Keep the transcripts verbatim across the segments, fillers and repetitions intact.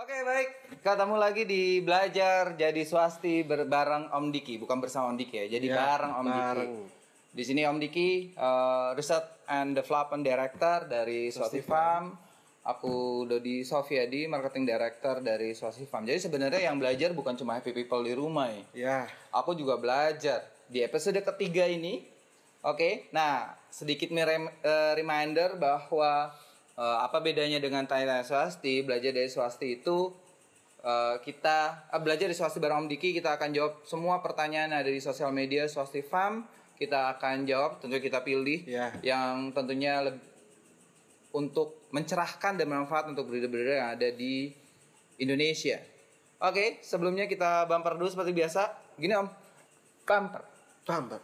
Oke, baik. Ketemu lagi di Belajar Jadi Swasti bareng Om Diki, bukan bersama Om Diki ya. Jadi ya, bareng Om bareng. Diki. Di sini Om Diki, uh, Research and Development Director dari Swasti Farm. Aku Dodi Sofiadi, Marketing Director dari Swasti Farm. Jadi sebenarnya yang belajar bukan cuma happy people di rumah ya. Ya. Aku juga belajar di episode ketiga ini. Oke, okay? Nah sedikit rem- uh, reminder bahwa Uh, apa bedanya dengan tanya-tanya swasti? Belajar dari swasti itu uh, kita uh, belajar di swasti bareng Om Diki, kita akan jawab semua pertanyaan ada di sosial media Swasti Farm. Kita akan jawab, tentu kita pilih yeah. yang tentunya lebih untuk mencerahkan dan bermanfaat untuk breeder-breeder yang ada di Indonesia. Oke, okay, sebelumnya kita bumper dulu seperti biasa. Gini Om, bumper, bumper.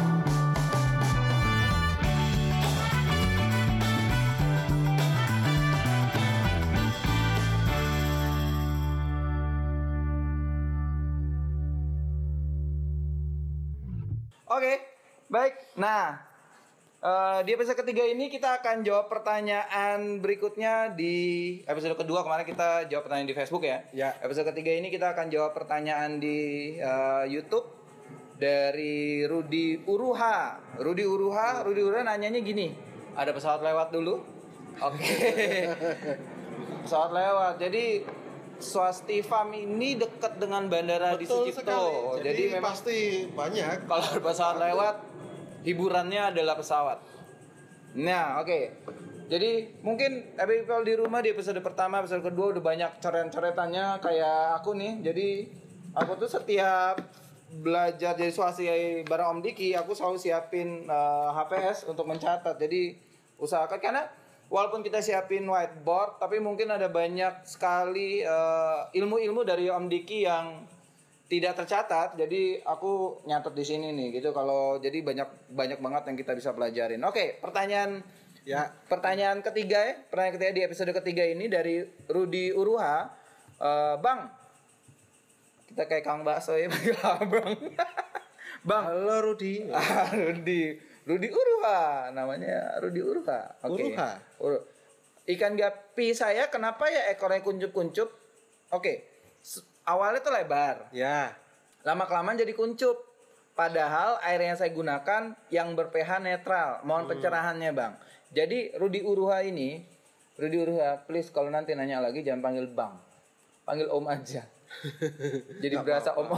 Oke, okay, baik. Nah, uh, di episode ketiga ini kita akan jawab pertanyaan berikutnya di episode kedua. Kemarin kita jawab pertanyaan di Facebook ya. Ya. Episode ketiga ini kita akan jawab pertanyaan di uh, YouTube dari Rudi Uruha. Rudi Uruha, Rudi Uruha nanyanya gini. Ada pesawat lewat dulu. Oke. Okay. Pesawat lewat. Jadi Swasti Farm ini dekat dengan bandara di Sucipto. Jadi, Jadi memang pasti banyak. Kalau pesawat lewat, hiburannya adalah pesawat. Nah, oke. Okay. Jadi mungkin happy people di rumah di episode pertama, episode kedua udah banyak coret-coretannya kayak aku nih. Jadi aku tuh setiap belajar jadi swasti bareng Om Diki, aku selalu siapin uh, H P S untuk mencatat. Jadi usahakan karena walaupun kita siapin whiteboard, tapi mungkin ada banyak sekali uh, ilmu-ilmu dari Om Diki yang tidak tercatat. Jadi aku nyatet di sini nih, gitu. Kalau jadi banyak banyak banget yang kita bisa pelajarin. Oke, pertanyaan ya, pertanyaan ketiga ya, pertanyaan ketiga di episode ketiga ini dari Rudi Uruha. Uh, bang, kita kayak Kang Bakso ya, bang. Bang, halo Rudi. Ah, Rudi. Rudi Uruha, namanya Rudi Uruha. Oke. Okay. Uruha. Ur- Ikan gapi saya kenapa ya ekornya kuncup-kuncup? Oke. Okay. Awalnya tuh lebar. Ya. Lama-kelamaan jadi kuncup. Padahal air yang saya gunakan yang ber-pH netral. Mohon hmm. pencerahannya, Bang. Jadi Rudi Uruha ini, Rudi Uruha, please kalau nanti nanya lagi jangan panggil Bang. Panggil Om aja. Jadi berasa Om.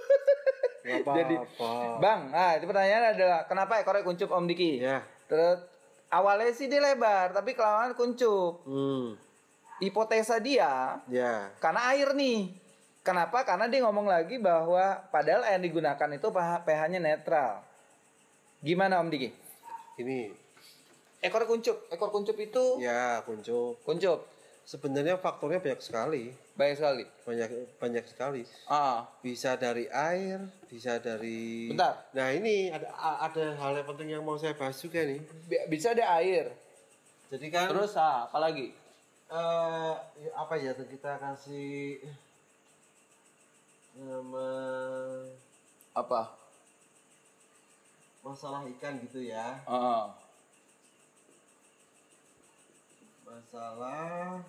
Jadi, Bang, nah itu pertanyaan adalah kenapa ekornya kuncup Om Diki? Ya. Terus awalnya sih dia lebar, tapi kelamaan kuncup. Hmm. Hipotesa dia, ya. Karena air nih. Kenapa? Karena dia ngomong lagi bahwa padahal air yang digunakan itu pH-nya netral. Gimana Om Diki? Ini. Ekor kuncup, ekor kuncup itu? Ya, kuncup. Kuncup. Sebenarnya faktornya banyak sekali. Banyak sekali. Banyak banyak sekali. Ah. Bisa dari air, bisa dari. Bentar. Nah ini ada ada hal yang penting yang mau saya bahas juga nih. Bisa ada air. Jadi kan. Terus ah, apa lagi? Uh, apa ya kita kasih nama apa? Masalah ikan gitu ya. Ah. Masalah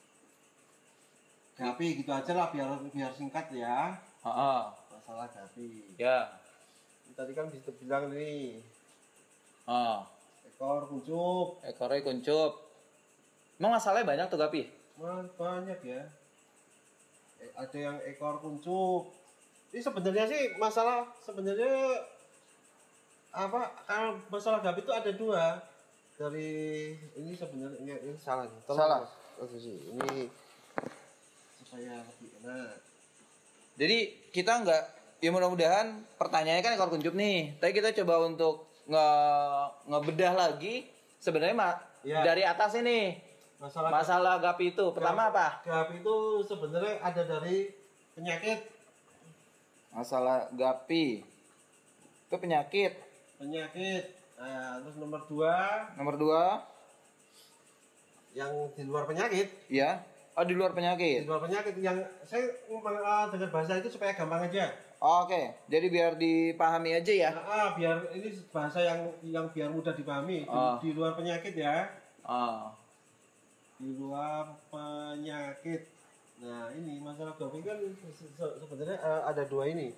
gapi gitu aja lah biar biar singkat ya. Heeh. Masalah gapi. Ya. Tadi kan bisa bilang nih. Ah. Ekor kuncup. Ekornya kuncup. Emang masalahnya banyak tuh gapi? Banyak ya. Eh, ada yang ekor kuncup. Ini sebenarnya sih masalah sebenarnya apa? Kalau masalah gapi itu ada dua. Dari ini sebenarnya ini salah nih. Tolong salah. Mas. Ini supaya lebih enak. Jadi kita nggak, ya mudah-mudahan pertanyaannya kan ekor kuncup nih. Tapi kita coba untuk nge ngebedah lagi sebenarnya mak ya. Dari atas ini masalah masalah gapi itu. Pertama gapi, apa? Gapi itu sebenarnya ada dari penyakit. Masalah gapi itu penyakit. Penyakit. Nah, terus nomor dua. Nomor dua. Yang di luar penyakit. Iya. Oh di luar penyakit. Di luar penyakit yang saya uh, dengan bahasa itu supaya gampang aja. Oh, Oke. Okay. Jadi biar dipahami aja ya. Nah, ah, biar ini bahasa yang yang biar mudah dipahami. Oh. Di, di luar penyakit ya. Oh. Di luar penyakit. Nah ini masalah gapi kan se- se- sebenarnya eh, ada dua ini,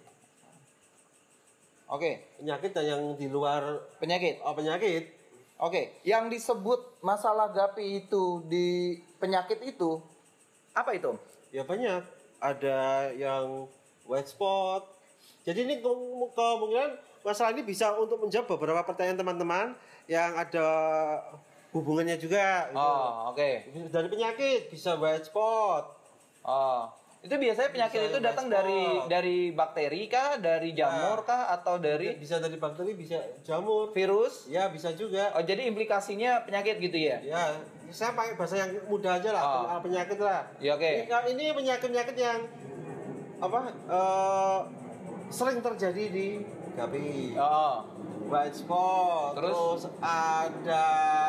Oke, penyakit dan yang di luar penyakit. oh, penyakit. Oke, yang disebut masalah gapi itu di penyakit itu apa itu? Ya banyak, ada yang white spot. Jadi ini ke- kemungkinan masalah ini bisa untuk menjawab beberapa pertanyaan teman-teman yang ada hubungannya juga. gitu. Oh, oke. Dari penyakit bisa white spot. Oh, itu biasanya penyakit Bisa itu datang white spot. dari dari bakteri kah, dari jamur kah, atau dari Bisa dari bakteri, bisa jamur. virus? Ya bisa juga. Oh, jadi implikasinya penyakit gitu ya? Ya, saya pakai bahasa yang mudah aja lah, Oh. soal penyakit lah. Ya, oke. Ini, ini penyakit-penyakit yang apa eh, sering terjadi di gapi. Oh, White spot, Terus? terus ada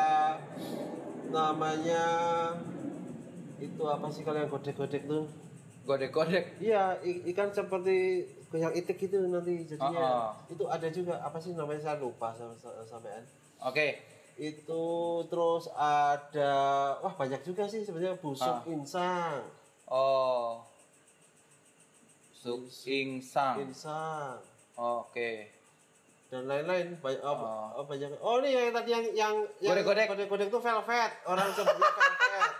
namanya itu apa sih kalau yang godek-godek tuh? godek-godek. Iya, i- ikan seperti yang itik itu nanti jadinya. Oh, oh. Itu ada juga apa sih namanya saya lupa sama sama- sampean. Oke. Itu terus ada wah banyak juga sih sebenarnya busuk Ah. insang. Oh. Suk insang. Insang Oke. dan lain-lain banyak oh, Oh. oh, banyak. Oh, ini yang tadi yang yang yang Godek-godek. godek-godek itu velvet. Orang sebutnya velvet.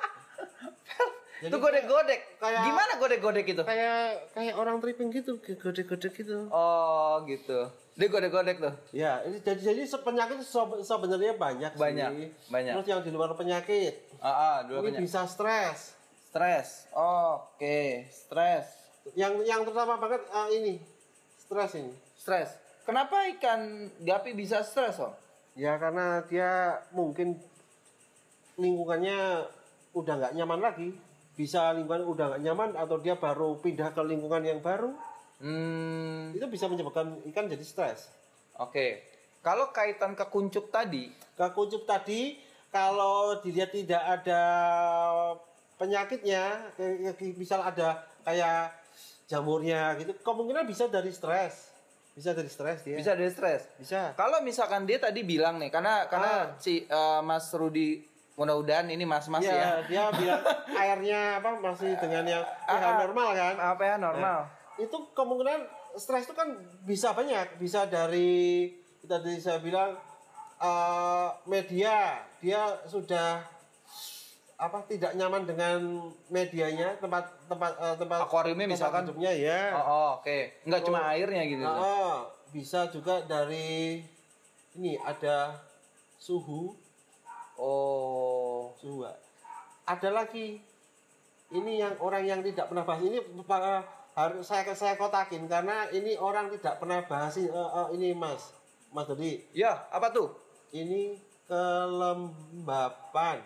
Itu godek-godek. kayak- Gimana godek-godek itu? kayak kayak orang tripping gitu, kayak godek-godek gitu. Oh, gitu. Dia godek-godek tuh. Ya, ini jadi jadi se- penyakit se- sebenarnya banyak, Banyak, sih. banyak. Terus yang di luar penyakit, Ah, ah, dua ini penyakit. bisa stres. Stres. Oke, stres. Yang yang terutama banget ah, ini stres ini. Stres. Kenapa ikan gapi bisa stres, Om? Ya karena dia mungkin lingkungannya udah nggak nyaman lagi. Bisa lingkungan udah nggak nyaman atau dia baru pindah ke lingkungan yang baru. Hmm, Itu bisa menyebabkan ikan jadi stres. oke. Kalau kaitan ke kuncup tadi, Kekuncup tadi kalau dilihat tidak ada penyakitnya, kayak- kayak- misal ada kayak jamurnya gitu, kemungkinan bisa dari stres. Bisa dari stres dia. bisa dari stres. Bisa. Kalau misalkan dia tadi bilang nih, karena karena Ah. si eh, Mas Rudi, mudah-mudahan ini Mas-mas Iya, ya. dia bilang airnya apa masih dengan yang pH Ah, normal kan. Apa ya normal? Itu kemungkinan stres itu kan bisa banyak, bisa dari tadi saya bilang eh, media, dia sudah apa tidak nyaman dengan medianya, tempat tempat eh, tempat Akuariumnya tempat misalkan? hidupnya ya. Oh, oh, oke. Enggak Oh. cuma airnya gitu. Ah, ah. Bisa juga dari ini ada suhu, Oh. suhu. Ada lagi ini yang orang yang tidak pernah bahas ini eh, harus saya saya kotakin karena ini orang tidak pernah bahas ini, eh, eh, ini Mas Mas Dodi. Ya, apa tuh? Ini kelembapan.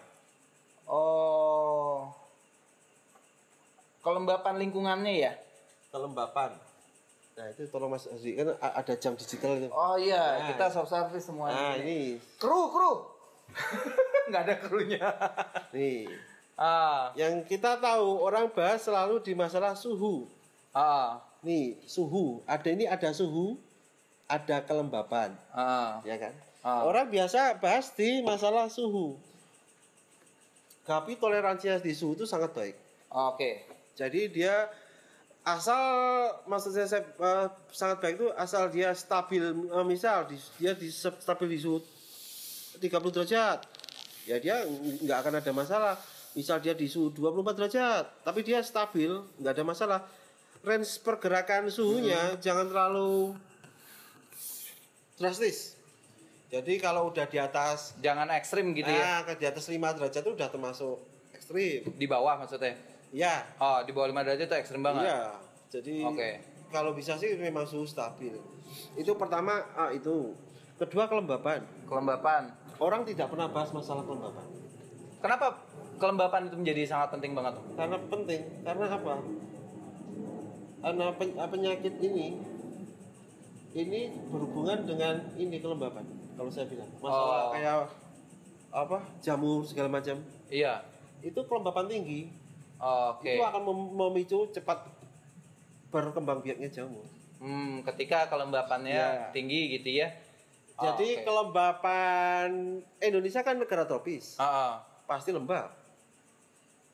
Oh. Kelembapan lingkungannya ya? Kelembapan. Nah, itu tolong Mas Aziz kan a- ada jam digital itu. Oh iya, Nah. kita self service semuanya. Nah, ini Kru, kru. Nggak ada krunya. nih. ah, Yang kita tahu orang bahas selalu di masalah suhu. ah, Nih, suhu. Ada ini ada suhu, ada kelembapan, ah. ya kan? Ah. Orang biasa bahas di masalah suhu. Tapi toleransinya di suhu itu sangat baik. Oke. Jadi dia asal maksudnya saya eh, sangat baik itu asal dia stabil, eh, misal di, dia di stabil di suhu tiga puluh derajat. Ya dia nggak akan ada masalah. Misal dia di suhu dua puluh empat derajat, tapi dia stabil, nggak ada masalah. Range pergerakan suhunya Hmm. jangan terlalu drastis. Jadi kalau udah di atas Jangan ekstrim gitu ya. ah, ke di atas lima derajat itu udah termasuk ekstrim. Di bawah maksudnya. Ya, Oh, di bawah lima derajat itu ekstrim banget. iya. Jadi Oke. kalau bisa sih memang suhu stabil. Itu pertama ah, itu. Kedua kelembapan. Kelembapan. Orang tidak pernah bahas masalah kelembapan. Kenapa kelembapan itu menjadi sangat penting banget? Karena penting. Karena apa? Karena pen- penyakit ini ini berhubungan dengan ini kelembapan. Kalau saya bilang masalah Oh. kayak apa jamur segala macam Iya. itu kelembapan tinggi Oke. itu akan mem- memicu cepat berkembang biaknya jamur. Hmm, ketika kelembapannya Iya. tinggi gitu ya. Oh, Jadi oke. kelembapan Indonesia kan negara tropis, Ah, ah. pasti lembab.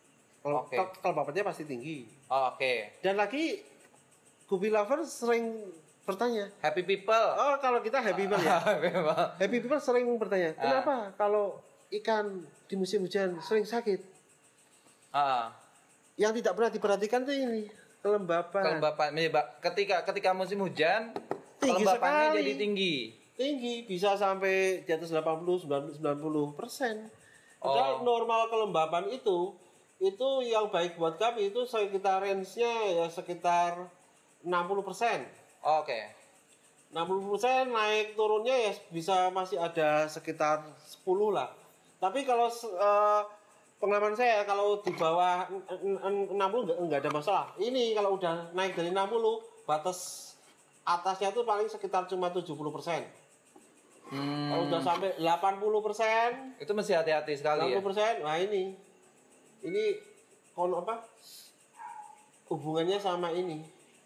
Kalau Oke. ke- kelembapannya pasti tinggi. Oh, Oke. Dan lagi guppy lover sering bertanya, Happy people. oh kalau kita happy people ya, Happy people. happy people sering bertanya, Ah. kenapa kalau ikan di musim hujan sering sakit? Ah, Yang tidak pernah diperhatikan tuh ini kelembapan. kelembapan menyebab ketika ketika musim hujan Tinggi kelembapannya sekali. jadi tinggi. Tinggi, bisa sampai di atas delapan puluh sembilan puluh persen. Padahal Oh. normal kelembapan itu itu yang baik buat kami itu sekitar range-nya ya sekitar enam puluh persen. Oke. enam puluh persen naik turunnya ya bisa masih ada sekitar sepuluh lah. Tapi kalau eh, pengalaman saya kalau di bawah enam puluh enggak, enggak ada masalah. Ini kalau udah naik dari enam puluh batas atasnya tuh paling sekitar cuma tujuh puluh persen. Hmm, Kalau udah sampai delapan puluh persen, itu mesti hati-hati sekali ya. enam puluh persen, nah ini ini kon apa? Hubungannya sama ini.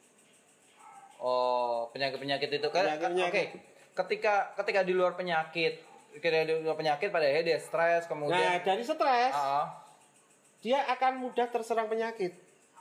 Oh, penyakit-penyakit itu kan. Penyakit-penyakit. Oke. Ketika ketika di luar penyakit, ketika di luar penyakit pada akhirnya dia stres Nah, kemudian dari stres Ah, dia akan mudah terserang penyakit.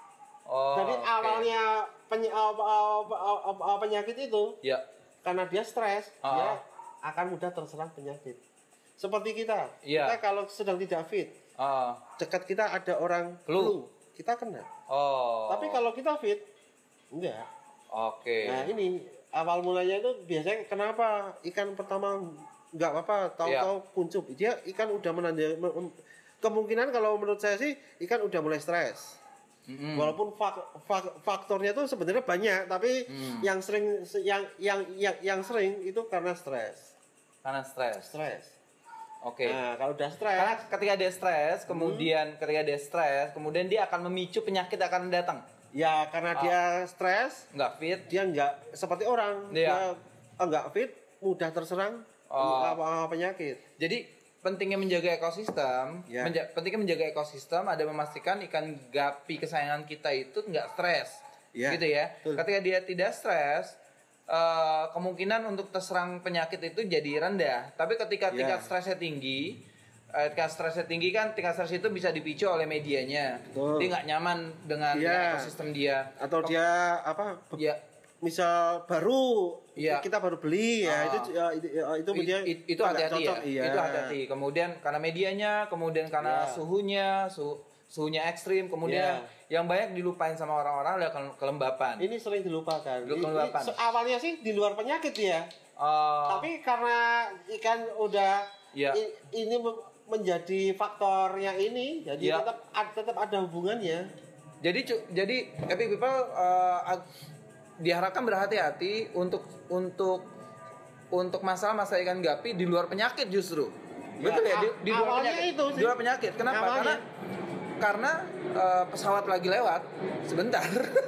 oh, Jadi oke. awalnya peny- uh, uh, uh, uh, uh, penyakit itu Ya. karena dia stres, Ah. dia akan mudah terserang penyakit. Seperti kita, Iya. kita kalau sedang tidak fit, Ah, dekat kita ada orang Flu. flu, kita kena. oh. Tapi kalau kita fit, enggak. Oke. Nah ini awal mulanya itu biasanya kenapa ikan pertama nggak apa-apa, tahu-tahu Iya. kuncup. Dia ikan udah menandakan kemungkinan kalau menurut saya sih ikan udah mulai stres. Mm-mm. Walaupun fak- fak- faktornya itu sebenarnya banyak, tapi Hmm. yang sering yang yang yang yang sering itu karena stres. Karena stres. Stres. Oke. Nah, kalau udah stres, Karena ketika dia stres, Hmm. kemudian ketika dia stres, kemudian dia akan memicu penyakit akan datang. ya karena Ah. dia stres, Nggak fit. dia nggak seperti orang, Iya. dia nggak fit, mudah terserang Oh. apa penyakit. Jadi pentingnya menjaga ekosistem, Ya. menja- pentingnya menjaga ekosistem ada memastikan ikan gapi kesayangan kita itu nggak stres, Ya, gitu ya. betul. Ketika dia tidak stres, eh, kemungkinan untuk terserang penyakit itu jadi rendah. Tapi ketika Ya. tingkat stresnya tinggi, eh, tingkat stresnya tinggi kan tingkat stres itu bisa dipicu oleh medianya. Betul. Dia nggak nyaman dengan, Ya. dengan ekosistem dia. Atau dia apa? be- Ya, Misal baru Iya. kita baru beli ya Ah. itu ya, itu, ya, itu It- dia it- itu nggak hati-hati ya. cocok, iya. Itu hati-hati. Kemudian karena medianya, kemudian karena Ya. suhunya, su- suhunya ekstrim, kemudian Ya. yang banyak dilupain sama orang-orang adalah ke- kelembapan. Ini sering dilupakan. Dulu Ini- kelembapan. ini se- awalnya sih di luar penyakit ya. Eh, Tapi karena ikan udah Ya. i- ini mem- menjadi faktor yang ini, jadi Ya. tetap ad- tetap ada hubungannya. jadi cu- jadi happy people eh, ag- diharapkan berhati-hati untuk untuk untuk masalah-masalah ikan gapi di luar penyakit justru. Ya, Betul ya, di, a- di luar awalnya penyakit. itu sih. Di luar penyakit. Kenapa? Awalnya. Karena karena eh, pesawat lagi lewat sebentar.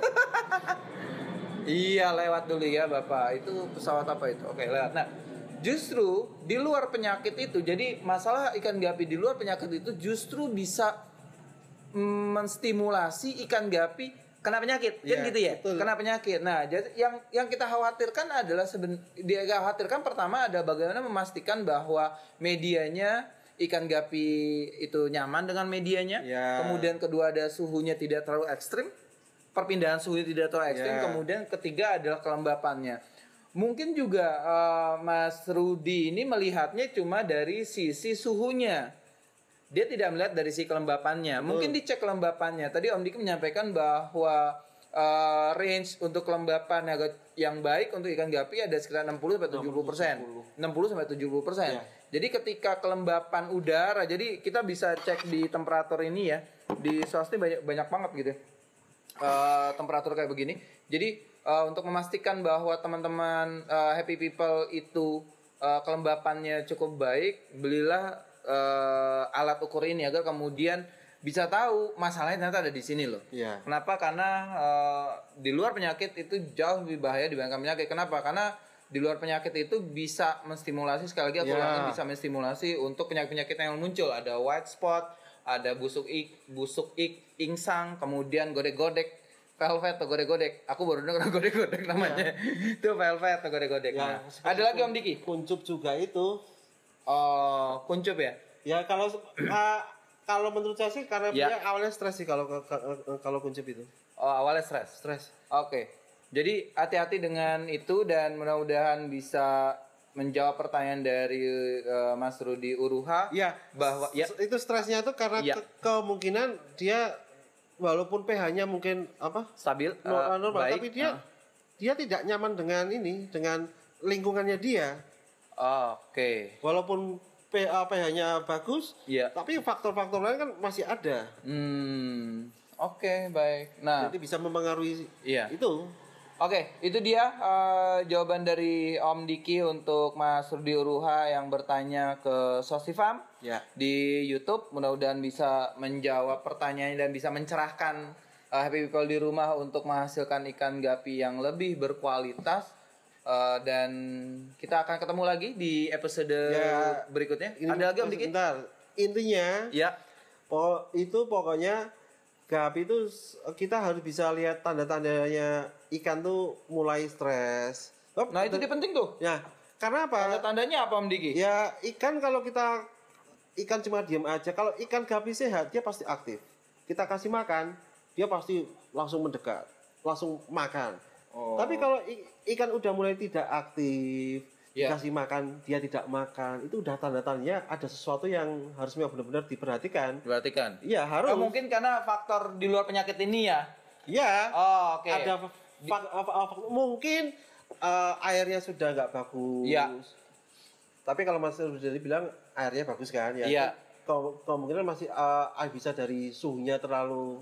Iya, lewat dulu ya, Bapak. Itu pesawat apa itu? Oke, lewat. Nah, justru di luar penyakit itu, jadi masalah ikan gapi di luar penyakit itu justru bisa mm, menstimulasi ikan gapi kena penyakit, kan Iya, gitu ya? betul. Kena penyakit. Nah, jadi yang yang kita khawatirkan adalah seben dia khawatirkan pertama ada bagaimana memastikan bahwa medianya ikan gapi itu nyaman dengan medianya. Ya. Kemudian kedua ada suhunya tidak terlalu ekstrim. Perpindahan suhu tidak terlalu ekstrim. Ya. Kemudian ketiga adalah kelembapannya. Mungkin juga eh, Mas Rudi ini melihatnya cuma dari sisi suhunya. Dia tidak melihat dari sisi kelembapannya. Mungkin dicek kelembapannya. Tadi Om Diki menyampaikan bahwa eh, range untuk kelembapan yang, yang baik untuk ikan gapi ada sekitar enam puluh sampai tujuh puluh persen. enam puluh sampai tujuh puluh persen. Ya. Jadi ketika kelembapan udara, jadi kita bisa cek di temperatur ini ya. Di swasti banyak banyak banget gitu. Eh, temperatur kayak begini. Jadi eh, untuk memastikan bahwa teman-teman eh, happy people itu eh, kelembapannya cukup baik, belilah eh, alat ukur ini agar kemudian bisa tahu masalahnya ternyata ada di sini loh. Iya. Kenapa? Karena eh, di luar penyakit itu jauh lebih bahaya dibandingkan penyakit. Kenapa? Karena di luar penyakit itu bisa menstimulasi, sekali lagi aku Ya. ulangin, bisa menstimulasi untuk penyakit-penyakit yang muncul. Ada white spot, ada busuk ik, busuk ik, insang, kemudian godek-godek, velvet atau godek-godek. Aku baru dengar godek-godek namanya. Itu velvet atau godek-godek. Ya, Nah, ada lagi Om Diki? Kuncup juga itu. Oh, kuncup ya? Ya kalau uh, kalau menurut saya sih karena Ya. dia awalnya stres sih kalau kalau kuncup itu. Oh, awalnya stres. Stres. Oke. Jadi hati-hati dengan itu dan mudah-mudahan bisa menjawab pertanyaan dari uh, Mas Rudi Uruha Iya, bahwa ya S- itu stresnya tuh karena Ya. ke- kemungkinan dia walaupun pH-nya mungkin apa? stabil no- uh, normal, baik. tapi dia Uh. dia tidak nyaman dengan ini, dengan lingkungannya dia. Oke. Walaupun pH pH-nya bagus, Iya. tapi faktor-faktor lain kan masih ada. Hmm. Oke, baik. Nah, Jadi bisa mempengaruhi iya. itu. Oke, itu dia uh, jawaban dari Om Diki untuk Mas Rudi Uruha yang bertanya ke Sosifam Ya. di YouTube. Mudah-mudahan bisa menjawab pertanyaannya dan bisa mencerahkan uh, happy people di rumah untuk menghasilkan ikan gapi yang lebih berkualitas. Uh, dan kita akan ketemu lagi di episode Ya, berikutnya. Ini- Ada lagi Om Diki? Sebentar. Intinya Ya. po- itu pokoknya gapi itu s- kita harus bisa lihat tanda-tandanya ikan tuh mulai stres. Oh, Nah, itu dia penting tuh. Ya, karena apa? Tanda-tandanya apa Om Diki? Ya, ikan kalau kita ikan cuma diam aja. Kalau ikan gapi sehat, dia pasti aktif. Kita kasih makan, dia pasti langsung mendekat, langsung makan. Oh. Tapi kalau i- ikan udah mulai tidak aktif, Ya. dikasih makan, dia tidak makan, itu udah tanda-tandanya ada sesuatu yang harus memang benar-benar diperhatikan. Diperhatikan. Iya, harus. Oh, mungkin karena faktor di luar penyakit ini ya. Iya. Oh, oke. Ada fa- fa- fa- fa- mungkin eh, airnya sudah nggak bagus. Iya. Tapi kalau Mas Rudi bilang airnya bagus kan ya. Iya. Ke- Kemungkinan masih eh, bisa dari suhunya terlalu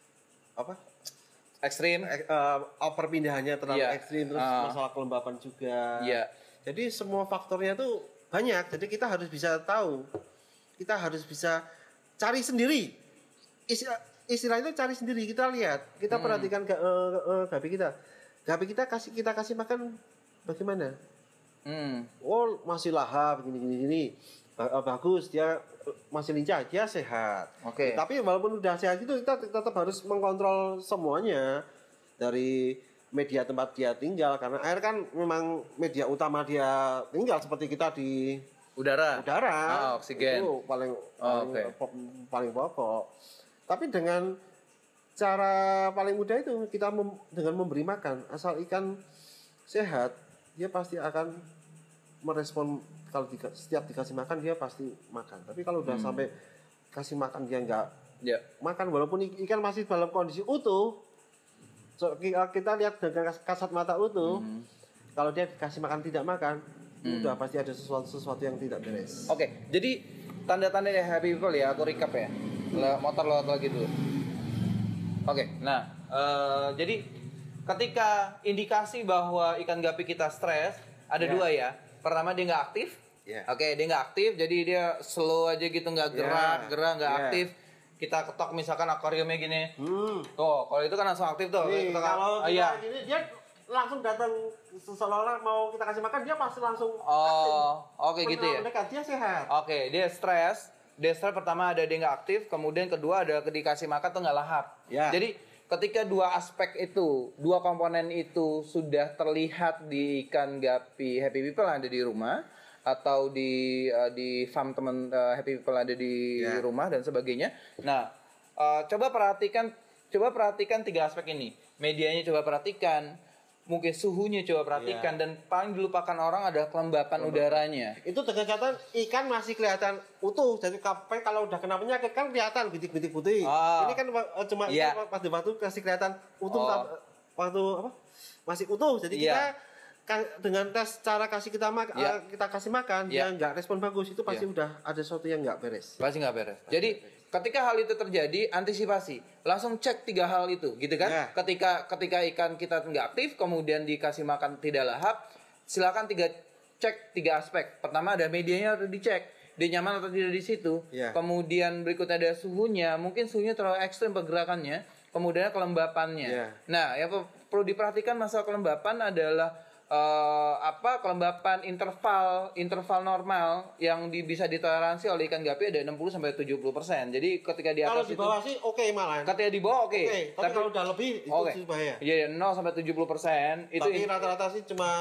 apa? Ekstrim. Eh, eh, perpindahannya terlalu Iya. ekstrim, terus Ah. masalah kelembapan juga. Iya. Jadi semua faktornya tuh banyak. Jadi kita harus bisa tahu. Kita harus bisa cari sendiri. Istilah, istilah itu cari sendiri. Kita lihat, kita Hmm. perhatikan ga- eh, eh, gapi kita. Gapi kita kasih kita kasih makan bagaimana? Hmm. Oh, masih lahap gini gini gini. Ba- eh, bagus, dia eh, masih lincah, dia sehat. Oke. Tapi walaupun udah sehat itu kita tetap harus mengkontrol semuanya dari media tempat dia tinggal karena air kan memang media utama dia tinggal seperti kita di Udara. udara. Ah, oksigen. Itu paling Oh, paling, oke. po- paling pokok. Tapi dengan cara paling mudah itu kita mem- dengan memberi makan, asal ikan sehat, dia pasti akan merespon kalau dika- setiap dikasih makan dia pasti makan. Tapi kalau udah Hmm. sampai kasih makan dia nggak Ya. makan walaupun i- ikan masih dalam kondisi utuh, so, ki- kita lihat dengan kas- kasat mata utuh, Hmm. kalau dia dikasih makan tidak makan, itu udah pasti ada sesuatu sesuatu yang tidak beres. Oke, jadi tanda-tanda dari happy people ya, aku recap ya. Le- Motor lewat lagi dulu. Oke, nah, eh, jadi ketika indikasi bahwa ikan gapi kita stres ada Ya. dua ya. Pertama dia nggak aktif. Ya. Oke, dia nggak aktif, jadi dia slow aja gitu, nggak Ya. gerak, gerak nggak Ya. aktif. Kita ketok misalkan akuariumnya gini. Hmm. Tuh, kalau itu kan langsung aktif tuh. Nih, Ketok- kalau ah, kita iya. gini, dia langsung datang seolah-olah mau kita kasih makan dia pasti langsung Oh, oke gitu ya. mendekat, dia sehat. Oke, dia stres. Dia stres pertama ada dia nggak aktif, kemudian kedua ada dikasih makan tuh nggak lahap. Ya. Jadi ketika dua aspek itu, dua komponen itu sudah terlihat di ikan gapi happy people yang ada di rumah atau di eh, di farm teman eh, happy people yang ada di Ya. rumah dan sebagainya. Nah, eh, coba perhatikan, coba perhatikan tiga aspek ini. Medianya coba perhatikan, mungkin suhunya coba perhatikan, Ya. dan paling dilupakan orang adalah kelembapan udaranya. Itu dengan catatan ikan masih kelihatan utuh. Jadi kapan kalau udah kena penyakit kan kelihatan bintik-bintik putih. Ah. Ini kan uh, cuma Iya. itu pas di batu kasih kelihatan utuh Oh. tam- waktu apa? Masih utuh. Jadi Iya. kita kan dengan tes cara kasih kita mak Iya. uh, kita kasih makan Iya. dia nggak respon bagus itu pasti Iya. udah ada sesuatu yang nggak beres. Pasti nggak beres. Jadi ketika hal itu terjadi, antisipasi, langsung cek tiga hal itu, gitu kan? Ya. Ketika ketika ikan kita nggak aktif, kemudian dikasih makan tidak lahap, silakan tiga cek tiga aspek. Pertama ada medianya harus dicek, dia nyaman atau tidak di situ. Ya. Kemudian berikutnya ada suhunya, mungkin suhunya terlalu ekstrim pergerakannya. Kemudian kelembapannya. Ya. Nah, yang pe- perlu diperhatikan masalah kelembapan adalah eh, apa kelembapan interval interval normal yang di, bisa ditoleransi oleh ikan gapi ada enam puluh sampai tujuh puluh persen. Jadi ketika di Kalau atas di itu bawah sih oke malah. ketika di bawah oke. Oke, tapi, kalau udah lebih itu oke. sih bahaya. Iya, nol sampai tujuh puluh persen itu Tapi in- rata-rata sih cuma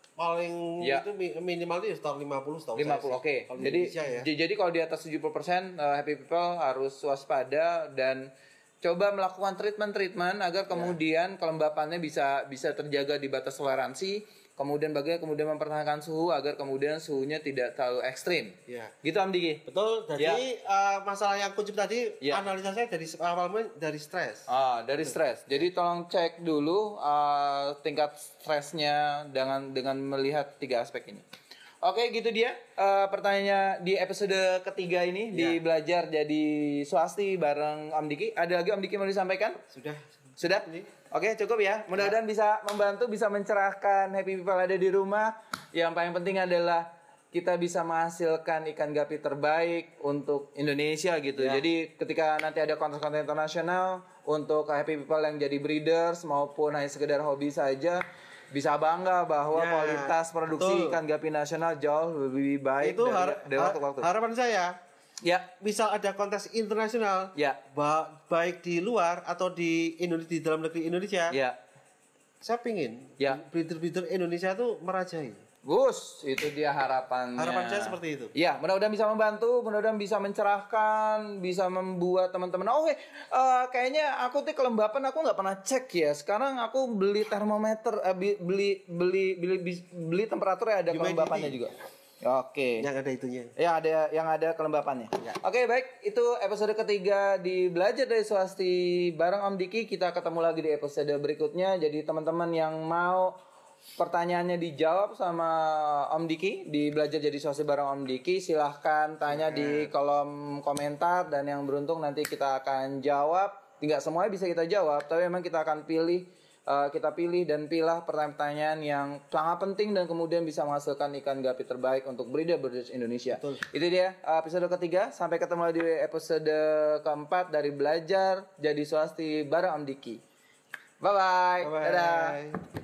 paling Ya. itu mi- minimal itu sekitar lima puluh setahu lima saya puluh sih. oke. Kalau di Jadi Indonesia ya. j- jadi kalau di atas tujuh puluh persen uh, happy people harus waspada dan coba melakukan treatment-treatment agar kemudian kelembapannya bisa bisa terjaga di batas toleransi. Kemudian bagaimana kemudian mempertahankan suhu agar kemudian suhunya tidak terlalu ekstrim. Ya. Gitu Om Diki. Betul. Jadi eh, masalah yang kuncup tadi Ya. analisa saya dari awalnya dari stres. Ah, dari stres. Jadi tolong cek dulu uh, tingkat stresnya dengan dengan melihat tiga aspek ini. Oke, gitu dia uh, pertanyaannya di episode ketiga ini di Ya. belajar jadi swasti bareng Om Diki. Ada lagi Om Diki mau disampaikan? Sudah. Sudah? Ini. Oke, cukup ya. Mudah-mudahan bisa membantu, bisa mencerahkan happy people ada di rumah. Yang paling penting adalah kita bisa menghasilkan ikan gapi terbaik untuk Indonesia gitu. Ya. Jadi ketika nanti ada kontes-kontes internasional untuk happy people yang jadi breeders maupun hanya sekedar hobi saja, bisa bangga bahwa Ya, kualitas produksi betul. ikan gapi nasional jauh lebih baik Itu dari, har- dari waktu ke waktu. harapan saya, Ya, misal ada kontes internasional, ya, ba- baik di luar atau di Indonesia, di dalam negeri Indonesia, ya. saya pingin Ya. breeder-breeder Indonesia tuh merajai. Gus, itu dia harapannya. Harapan saya seperti itu. Iya, mudah-mudahan bisa membantu, mudah-mudahan bisa mencerahkan, bisa membuat teman-teman. Oh, eh, eh, kayaknya aku tuh kelembapan aku nggak pernah cek ya. Sekarang aku beli termometer, eh, bi- beli beli beli beli, beli temperaturnya ada Humidity. kelembapannya juga. Oke. Yang ada itunya. Ya ada yang ada kelembapannya. Ya. Oke baik, itu episode ketiga di Belajar dari Swasti bareng Om Diki. Kita ketemu lagi di episode berikutnya. Jadi teman-teman yang mau pertanyaannya dijawab sama Om Diki di Belajar Jadi Swasti bareng Om Diki, silahkan tanya di kolom komentar dan yang beruntung nanti kita akan jawab. Tidak semuanya bisa kita jawab, tapi memang kita akan pilih Uh, kita pilih dan pilah pertanyaan-pertanyaan yang sangat penting dan kemudian bisa menghasilkan ikan gapi terbaik untuk breeder-breeders Indonesia. Betul. Itu dia uh, episode ketiga. Sampai ketemu lagi di episode keempat dari Belajar Jadi Swasti bareng Om Diki. Bye-bye. Bye-bye. Dadah.